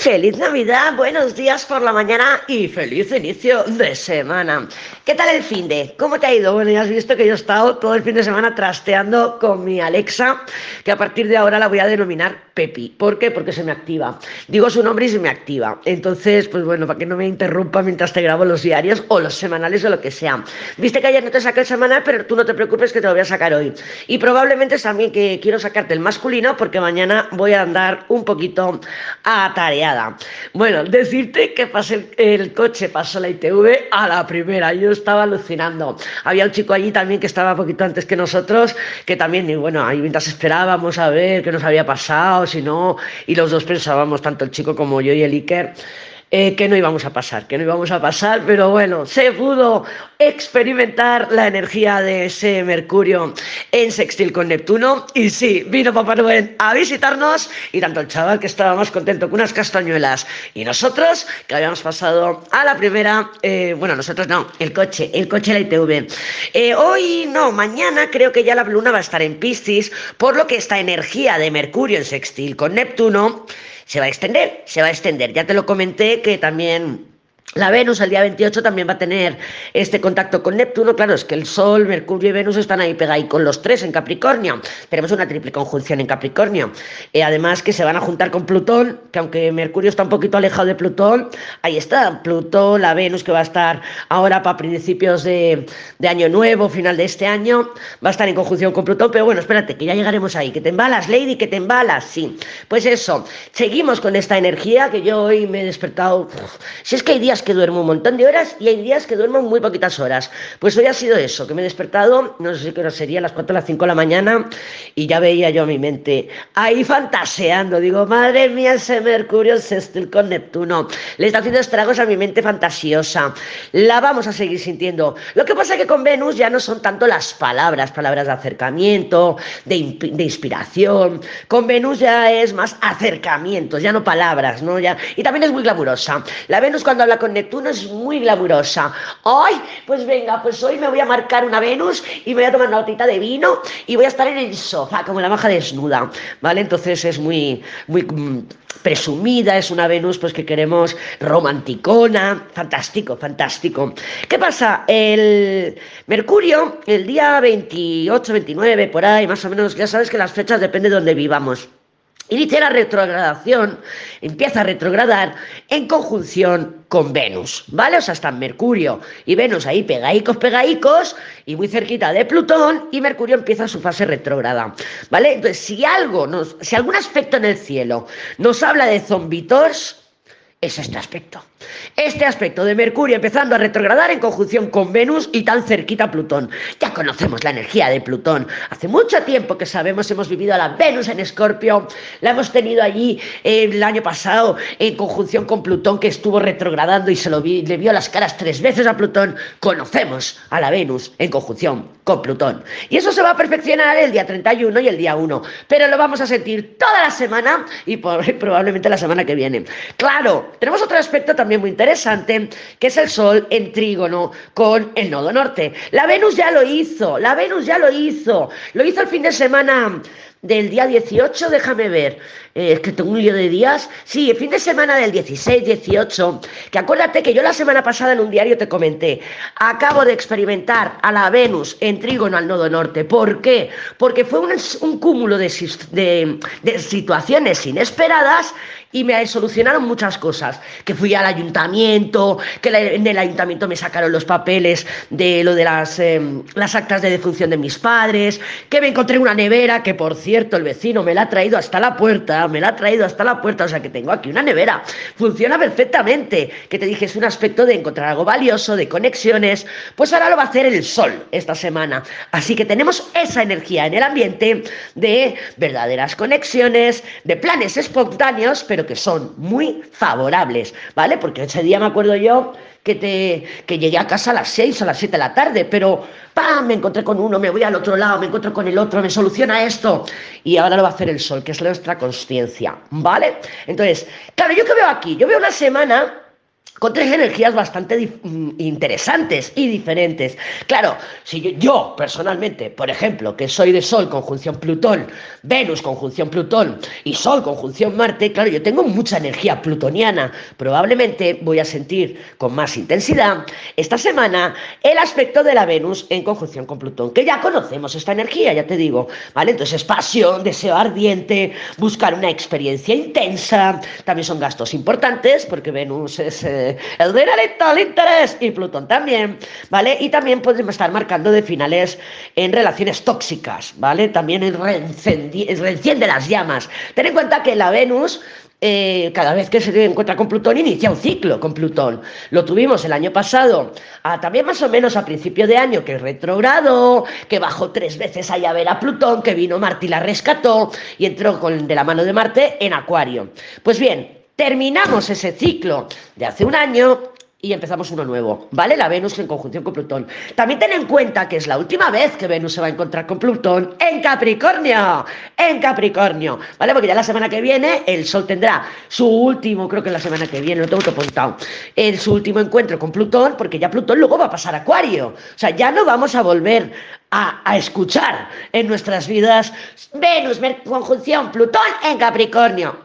Feliz Navidad, buenos días por la mañana y feliz inicio de semana. ¿Qué tal el finde? ¿Cómo te ha ido? Bueno, ya has visto que yo he estado todo el fin de semana trasteando con mi Alexa, que a partir de ahora la voy a denominar Pepi. ¿Por qué? Porque se me activa. Digo su nombre y se me activa. Entonces, pues bueno, para que no me interrumpa mientras te grabo los diarios o los semanales o lo que sea. Viste que ayer no te saqué el semanal, pero tú no te preocupes que te lo voy a sacar hoy. Y probablemente también que quiero sacarte el masculino porque mañana voy a andar un poquito atareada. Bueno, decirte que pasé el coche, pasó la ITV a la primera. Yo estaba alucinando. Había un chico allí también que estaba un poquito antes que nosotros, que también, y bueno, ahí mientras esperábamos a ver qué nos había pasado, si no, y los dos pensábamos, tanto el chico como yo y el Iker, que no íbamos a pasar, pero bueno, se pudo experimentar la energía de ese Mercurio en sextil con Neptuno y sí, vino Papá Noel a visitarnos y tanto el chaval que estaba más contento que unas castañuelas y nosotros que habíamos pasado a la primera, bueno, nosotros no, el coche de la ITV. Hoy no, mañana creo que ya la luna va a estar en Piscis, por lo que esta energía de Mercurio en sextil con Neptuno se va a extender, se va a extender. Ya te lo comenté que también la Venus el día 28 también va a tener este contacto con Neptuno. Claro, es que el Sol, Mercurio y Venus están ahí pegados con los tres en Capricornio. Tenemos una triple conjunción en Capricornio. Además que se van a juntar con Plutón, que aunque Mercurio está un poquito alejado de Plutón, ahí está Plutón, la Venus que va a estar ahora para principios de año nuevo, final de este año, va a estar en conjunción con Plutón. Pero bueno, espérate, que ya llegaremos ahí. Que te embalas, Lady, que te embalas, sí. Pues eso, seguimos con esta energía que yo hoy me he despertado. Si es que hay días que duermo un montón de horas y hay días que duermo muy poquitas horas. Pues hoy ha sido eso, que me he despertado, no sé qué hora sería, a las 4 o las 5 de la mañana y ya veía yo a mi mente ahí fantaseando. Digo, madre mía, ese Mercurio sextil con Neptuno le está haciendo estragos a mi mente fantasiosa. La vamos a seguir sintiendo. Lo que pasa es que con Venus ya no son tanto las palabras de acercamiento, de inspiración. Con Venus ya es más acercamientos, ya no palabras, ¿no? Ya, y también es muy glamurosa. La Venus cuando habla con Neptuno es muy glamurosa. ¡Ay! Pues venga, pues hoy me voy a marcar una Venus y me voy a tomar una botellita de vino y voy a estar en el sofá como la maja desnuda, ¿vale? Entonces es muy presumida, es una Venus pues que queremos romanticona, fantástico, fantástico. ¿Qué pasa? El Mercurio, el día 28, 29, por ahí, más o menos, ya sabes que las fechas dependen de donde vivamos. Inicia la retrogradación, empieza a retrogradar en conjunción con Venus, ¿vale? O sea, están Mercurio y Venus ahí pegaicos y muy cerquita de Plutón y Mercurio empieza su fase retrógrada, ¿vale? Entonces, si algún aspecto en el cielo nos habla de zombitos, es este aspecto. Este aspecto de Mercurio empezando a retrogradar en conjunción con Venus y tan cerquita a Plutón. Ya conocemos la energía de Plutón. Hace mucho tiempo que sabemos, hemos vivido a la Venus en Escorpio. La hemos tenido allí el año pasado en conjunción con Plutón, que estuvo retrogradando y le vio las caras 3 veces a Plutón. Conocemos a la Venus en conjunción con Plutón. Y eso se va a perfeccionar el día 31 y el día 1. Pero lo vamos a sentir toda la semana y probablemente la semana que viene. Claro, tenemos otro aspecto también muy interesante, que es el Sol en trígono con el nodo norte. La Venus ya lo hizo, lo hizo el fin de semana del día 18, déjame ver, es que tengo un lío de días, sí, el fin de semana del 16, 18, que acuérdate que yo la semana pasada en un diario te comenté, acabo de experimentar a la Venus en trígono al nodo norte. ¿Por qué? Porque fue un cúmulo de situaciones inesperadas y me solucionaron muchas cosas, que fui al ayuntamiento, que en el ayuntamiento me sacaron los papeles de lo de las actas de defunción de mis padres, que me encontré una nevera, que por cierto el vecino me la ha traído hasta la puerta, o sea que tengo aquí una nevera, funciona perfectamente, que te dije es un aspecto de encontrar algo valioso, de conexiones, pues ahora lo va a hacer el Sol esta semana, así que tenemos esa energía en el ambiente de verdaderas conexiones, de planes espontáneos, pero que son muy favorables, ¿vale? Porque ese día me acuerdo yo que llegué a casa a las 6 o a las 7 de la tarde, pero ¡pam! Me encontré con uno, me voy al otro lado, me encuentro con el otro, me soluciona esto. Y ahora lo va a hacer el Sol, que es nuestra consciencia, ¿vale? Entonces, claro, ¿yo qué veo aquí? Yo veo una semana con tres energías bastante interesantes y diferentes. Claro, si yo personalmente, por ejemplo, que soy de Sol conjunción Plutón, Venus conjunción Plutón y Sol conjunción Marte, claro, yo tengo mucha energía plutoniana. Probablemente voy a sentir con más intensidad esta semana el aspecto de la Venus en conjunción con Plutón, que ya conocemos esta energía, ya te digo, ¿vale? Entonces es pasión, deseo ardiente, buscar una experiencia intensa, también son gastos importantes, porque Venus es el dinerito, el interés, y Plutón también, ¿vale? Y también podemos estar marcando de finales en relaciones tóxicas, ¿vale? También reenciende las llamas. Ten en cuenta que la Venus cada vez que se encuentra con Plutón inicia un ciclo con Plutón. Lo tuvimos el año pasado, también más o menos a principio de año, que retrogradó, que bajó 3 veces allá a ver a Plutón, que vino Marte y la rescató y entró de la mano de Marte en Acuario. Pues bien, terminamos ese ciclo de hace un año y empezamos uno nuevo, ¿vale? La Venus en conjunción con Plutón. También ten en cuenta que es la última vez que Venus se va a encontrar con Plutón en Capricornio, ¿vale? Porque ya la semana que viene el Sol tendrá su último, creo que la semana que viene, lo tengo todo apuntado, su último encuentro con Plutón, porque ya Plutón luego va a pasar a Acuario. O sea, ya no vamos a volver a escuchar en nuestras vidas Venus, conjunción, Plutón en Capricornio.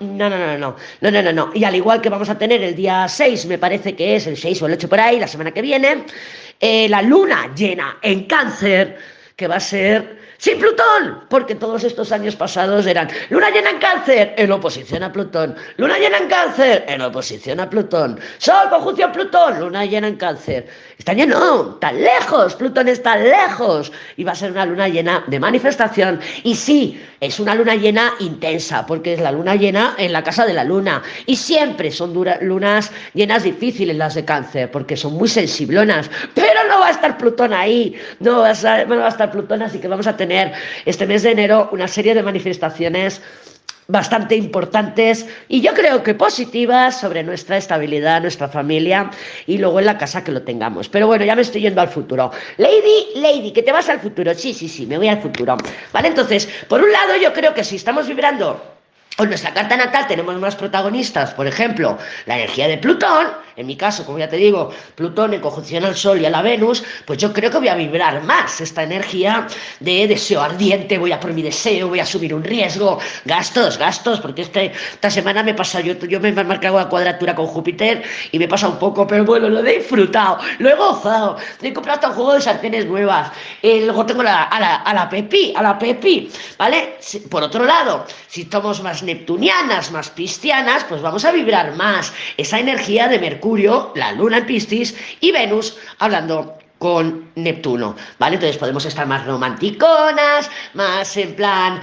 No. Y al igual que vamos a tener el día 6, me parece que es el 6 o el 8 por ahí, la semana que viene, la luna llena en Cáncer, que va a ser sin Plutón, porque todos estos años pasados eran luna llena en Cáncer en oposición a Plutón, luna llena en Cáncer en oposición a Plutón, Sol conjunción Plutón, luna llena en Cáncer. Este año no, tan lejos, Plutón está lejos y va a ser una luna llena de manifestación. Y sí, es una luna llena intensa, porque es la luna llena en la casa de la luna, y siempre son lunas llenas difíciles las de Cáncer, porque son muy sensiblonas, pero no va a estar Plutón ahí, no va a estar Plutón, así que vamos a tener este mes de enero una serie de manifestaciones bastante importantes y yo creo que positivas sobre nuestra estabilidad, nuestra familia y luego en la casa que lo tengamos. Pero bueno, ya me estoy yendo al futuro. Lady, que te vas al futuro. Sí, me voy al futuro. Vale, entonces, por un lado yo creo que si estamos vibrando o en nuestra carta natal tenemos más protagonistas, por ejemplo, la energía de Plutón, en mi caso, como ya te digo, Plutón en conjunción al Sol y a la Venus, pues yo creo que voy a vibrar más esta energía de deseo ardiente, voy a por mi deseo, voy a asumir un riesgo, gastos, porque esta semana me pasa, yo me he marcado la cuadratura con Júpiter y me pasa un poco, pero bueno, lo he disfrutado, lo he gozado, he comprado hasta un juego de sartenes nuevas, luego tengo a la Pepi, ¿vale? Por otro lado, si estamos más neptunianas, más piscianas, pues vamos a vibrar más esa energía de Mercurio, la Luna en Piscis y Venus hablando con Neptuno, ¿vale? Entonces podemos estar más romanticonas, más en plan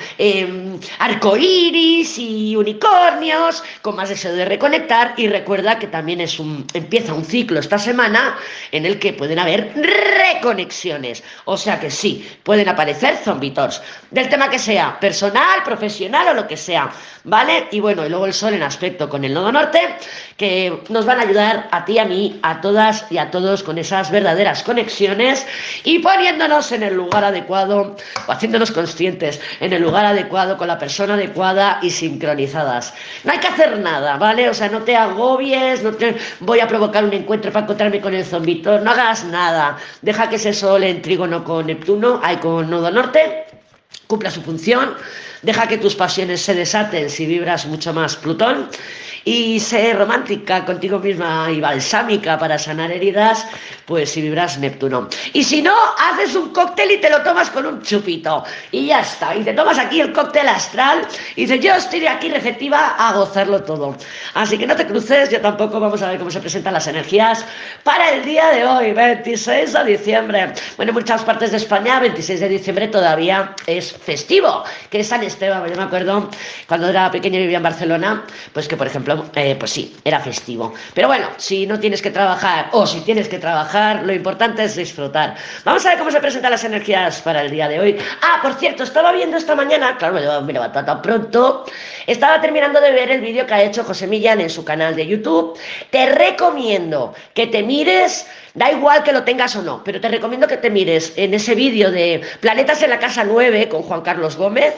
arcoíris y unicornios, con más deseo de reconectar. Y recuerda que también empieza un ciclo esta semana en el que pueden haber reconexiones, o sea que sí, pueden aparecer zombitors, del tema que sea, personal, profesional o lo que sea, ¿vale? Y bueno, y luego el Sol en aspecto con el nodo norte, que nos van a ayudar a ti, a mí, a todas y a todos con esas verdaderas conexiones y poniéndonos en el lugar adecuado o haciéndonos conscientes en el lugar adecuado con la persona adecuada y sincronizadas. No hay que hacer nada, ¿vale? O sea, no te agobies, no te voy a provocar un encuentro para encontrarme con el zombito, no hagas nada. Deja que ese Sol en trígono con Neptuno, con nodo norte, cumpla su función. Deja que tus pasiones se desaten si vibras mucho más Plutón y sé romántica contigo misma y balsámica para sanar heridas, pues si vibras Neptuno. Y si no, haces un cóctel y te lo tomas con un chupito y ya está. Y te tomas aquí el cóctel astral y dices, yo estoy aquí receptiva a gozarlo todo. Así que no te cruces, yo tampoco. Vamos a ver cómo se presentan las energías para el día de hoy, 26 de diciembre. Bueno, en muchas partes de España, 26 de diciembre todavía es festivo, que es San Esteban. Yo me acuerdo cuando era pequeña y vivía en Barcelona, pues que por ejemplo, pues sí, era festivo. Pero bueno, si no tienes que trabajar o si tienes que trabajar, lo importante es disfrutar. Vamos a ver cómo se presentan las energías para el día de hoy. Por cierto, estaba viendo esta mañana, claro, me levanté tan pronto, estaba terminando de ver el vídeo que ha hecho José Millán en su canal de YouTube. Te recomiendo que te mires, da igual que lo tengas o no, pero te recomiendo que te mires en ese vídeo de Planetas en la Casa 9 con Juan Carlos Gómez,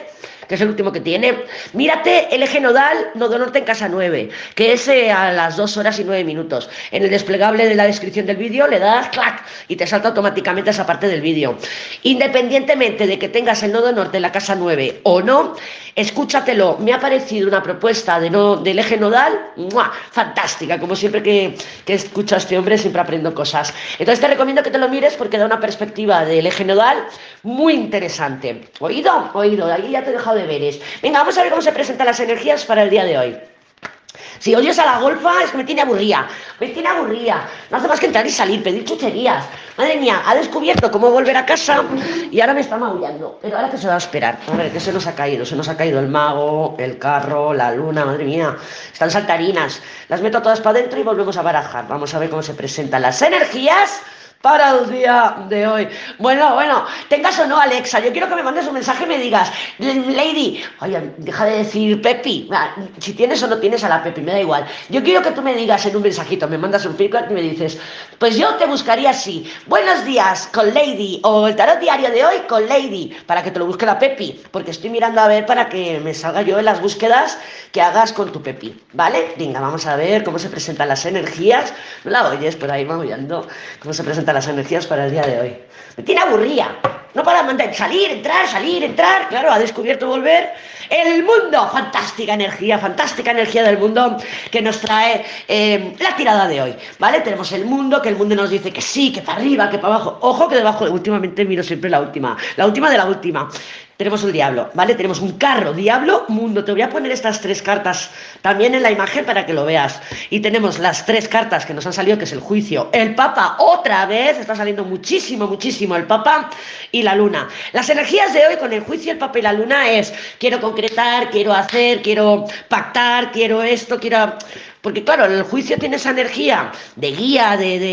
que es el último que tiene, mírate el eje nodal, nodo norte en casa 9, que es a las 2 horas y 9 minutos. En el desplegable de la descripción del vídeo le das clac y te salta automáticamente esa parte del vídeo. Independientemente de que tengas el nodo norte en la casa 9 o no, escúchatelo. Me ha parecido una propuesta del eje nodal, ¡mua!, fantástica. Como siempre que escucho a este hombre, siempre aprendo cosas. Entonces te recomiendo que te lo mires porque da una perspectiva del eje nodal muy interesante. ¿Oído? Oído. Ahí ya te he dejado deberes. Venga, vamos a ver cómo se presentan las energías para el día de hoy. Si odias a la golfa, es que me tiene aburrida. Me tiene aburrida. No hace más que entrar y salir, pedir chucherías. Madre mía, ha descubierto cómo volver a casa y ahora me está maullando. Pero ahora que se va a esperar. A ver, ¿qué se nos ha caído? Se nos ha caído el mago, el carro, la luna. Madre mía, están saltarinas. Las meto todas para adentro y volvemos a barajar. Vamos a ver cómo se presentan las energías para el día de hoy. Bueno, tengas o no Alexa, yo quiero que me mandes un mensaje y me digas, Lady, oye, deja de decir Pepi, si tienes o no tienes a la Pepi, me da igual. Yo quiero que tú me digas en un mensajito, me mandas un feedback y me dices, pues yo te buscaría así, buenos días con Lady, o el tarot diario de hoy con Lady, para que te lo busque la Pepi, porque estoy mirando a ver para que me salga yo en las búsquedas que hagas con tu Pepi, ¿vale? Venga, vamos a ver cómo se presentan las energías. No la oyes, pero ahí maullando, cómo se presentan las energías para el día de hoy. Me tiene aburrida. No para mandar salir, entrar. Claro, ha descubierto volver el mundo. Fantástica energía del mundo que nos trae la tirada de hoy. ¿Vale? Tenemos el mundo, que el mundo nos dice que sí, que para arriba, que para abajo. Ojo que debajo, últimamente miro siempre la última de la última. Tenemos el diablo, ¿vale? Tenemos un carro, diablo, mundo. Te voy a poner estas 3 cartas también en la imagen para que lo veas. Y tenemos las 3 cartas que nos han salido, que es el juicio, el papa, otra vez, está saliendo muchísimo el papa y la luna. Las energías de hoy con el juicio, el papa y la luna es, quiero concretar, quiero hacer, quiero pactar, quiero esto, quiero... Porque claro, el juicio tiene esa energía de guía,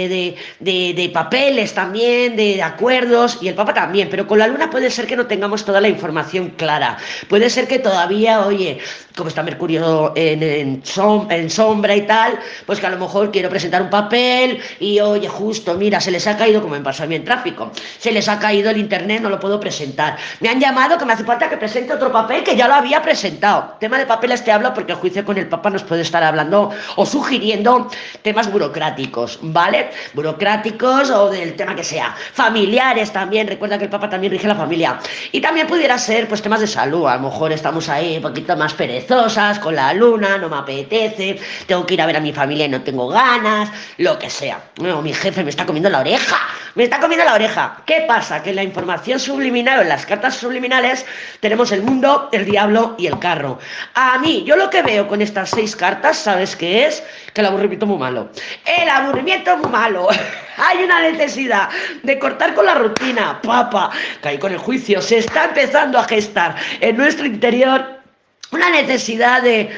de papeles también, de acuerdos, y el Papa también, pero con la luna puede ser que no tengamos toda la información clara. Puede ser que todavía, oye, como está Mercurio en sombra y tal, pues que a lo mejor quiero presentar un papel y oye, justo, mira, se les ha caído, como me pasó a mí en tráfico, se les ha caído el internet, no lo puedo presentar. Me han llamado que me hace falta que presente otro papel que ya lo había presentado. Tema de papeles te hablo porque el juicio con el Papa nos puede estar hablando o sugiriendo temas burocráticos, ¿vale? Burocráticos o del tema que sea. Familiares también, recuerda que el Papa también rige la familia. Y también pudiera ser, pues, temas de salud. A lo mejor estamos ahí un poquito más perezosas con la luna, no me apetece, tengo que ir a ver a mi familia y no tengo ganas, lo que sea. No, mi jefe me está comiendo la oreja. Me está comiendo la oreja. ¿Qué pasa? Que en la información subliminal o en las cartas subliminales tenemos el mundo, el diablo y el carro. A mí, yo lo que veo con estas 6 cartas, ¿sabes qué es? Que el aburrimiento es muy malo. El aburrimiento es muy malo. Hay una necesidad de cortar con la rutina. Papa, que ahí con el juicio se está empezando a gestar en nuestro interior una necesidad de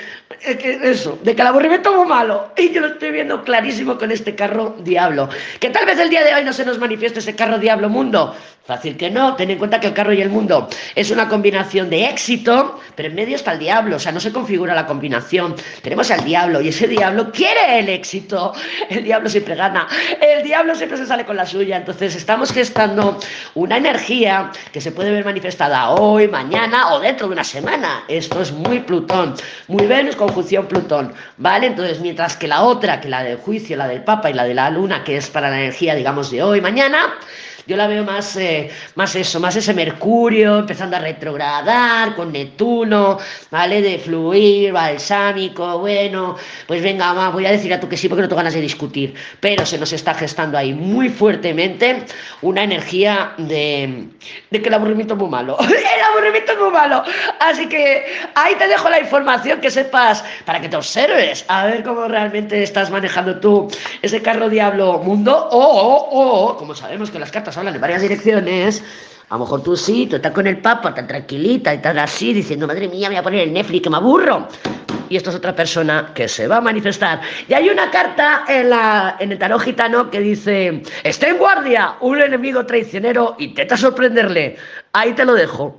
que el aburrimiento es muy malo. Y yo lo estoy viendo clarísimo con este carro diablo. Que tal vez el día de hoy no se nos manifieste ese carro diablo mundo. Fácil que no, ten en cuenta que el carro y el mundo es una combinación de éxito, pero en medio está el diablo, o sea, no se configura la combinación. Tenemos al diablo y ese diablo quiere el éxito. El diablo siempre gana, el diablo siempre se sale con la suya. Entonces estamos gestando una energía que se puede ver manifestada hoy, mañana o dentro de una semana. Esto es muy Plutón, muy Venus conjunción Plutón, ¿vale? Entonces mientras que la otra, que la del juicio, la del Papa y la de la luna, que es para la energía, digamos, de hoy, mañana, yo la veo más ese Mercurio empezando a retrogradar con Neptuno, ¿vale? De fluir, balsámico, bueno, pues venga, mamá, voy a decir a tú que sí porque no tengo ganas de discutir, pero se nos está gestando ahí muy fuertemente una energía de que el aburrimiento es muy malo. El aburrimiento es muy malo. Así que ahí te dejo la información que sepas para que te observes a ver cómo realmente estás manejando tú ese carro diablo mundo o como sabemos que las cartas hablan en varias direcciones, a lo mejor tú sí, tú estás con el Papa tan tranquilita y tan así diciendo, madre mía, me voy a poner el Netflix que me aburro. Y esto es otra persona que se va a manifestar. Y hay una carta en el tarot gitano que dice, está en guardia, un enemigo traicionero, intenta sorprenderle. Ahí te lo dejo.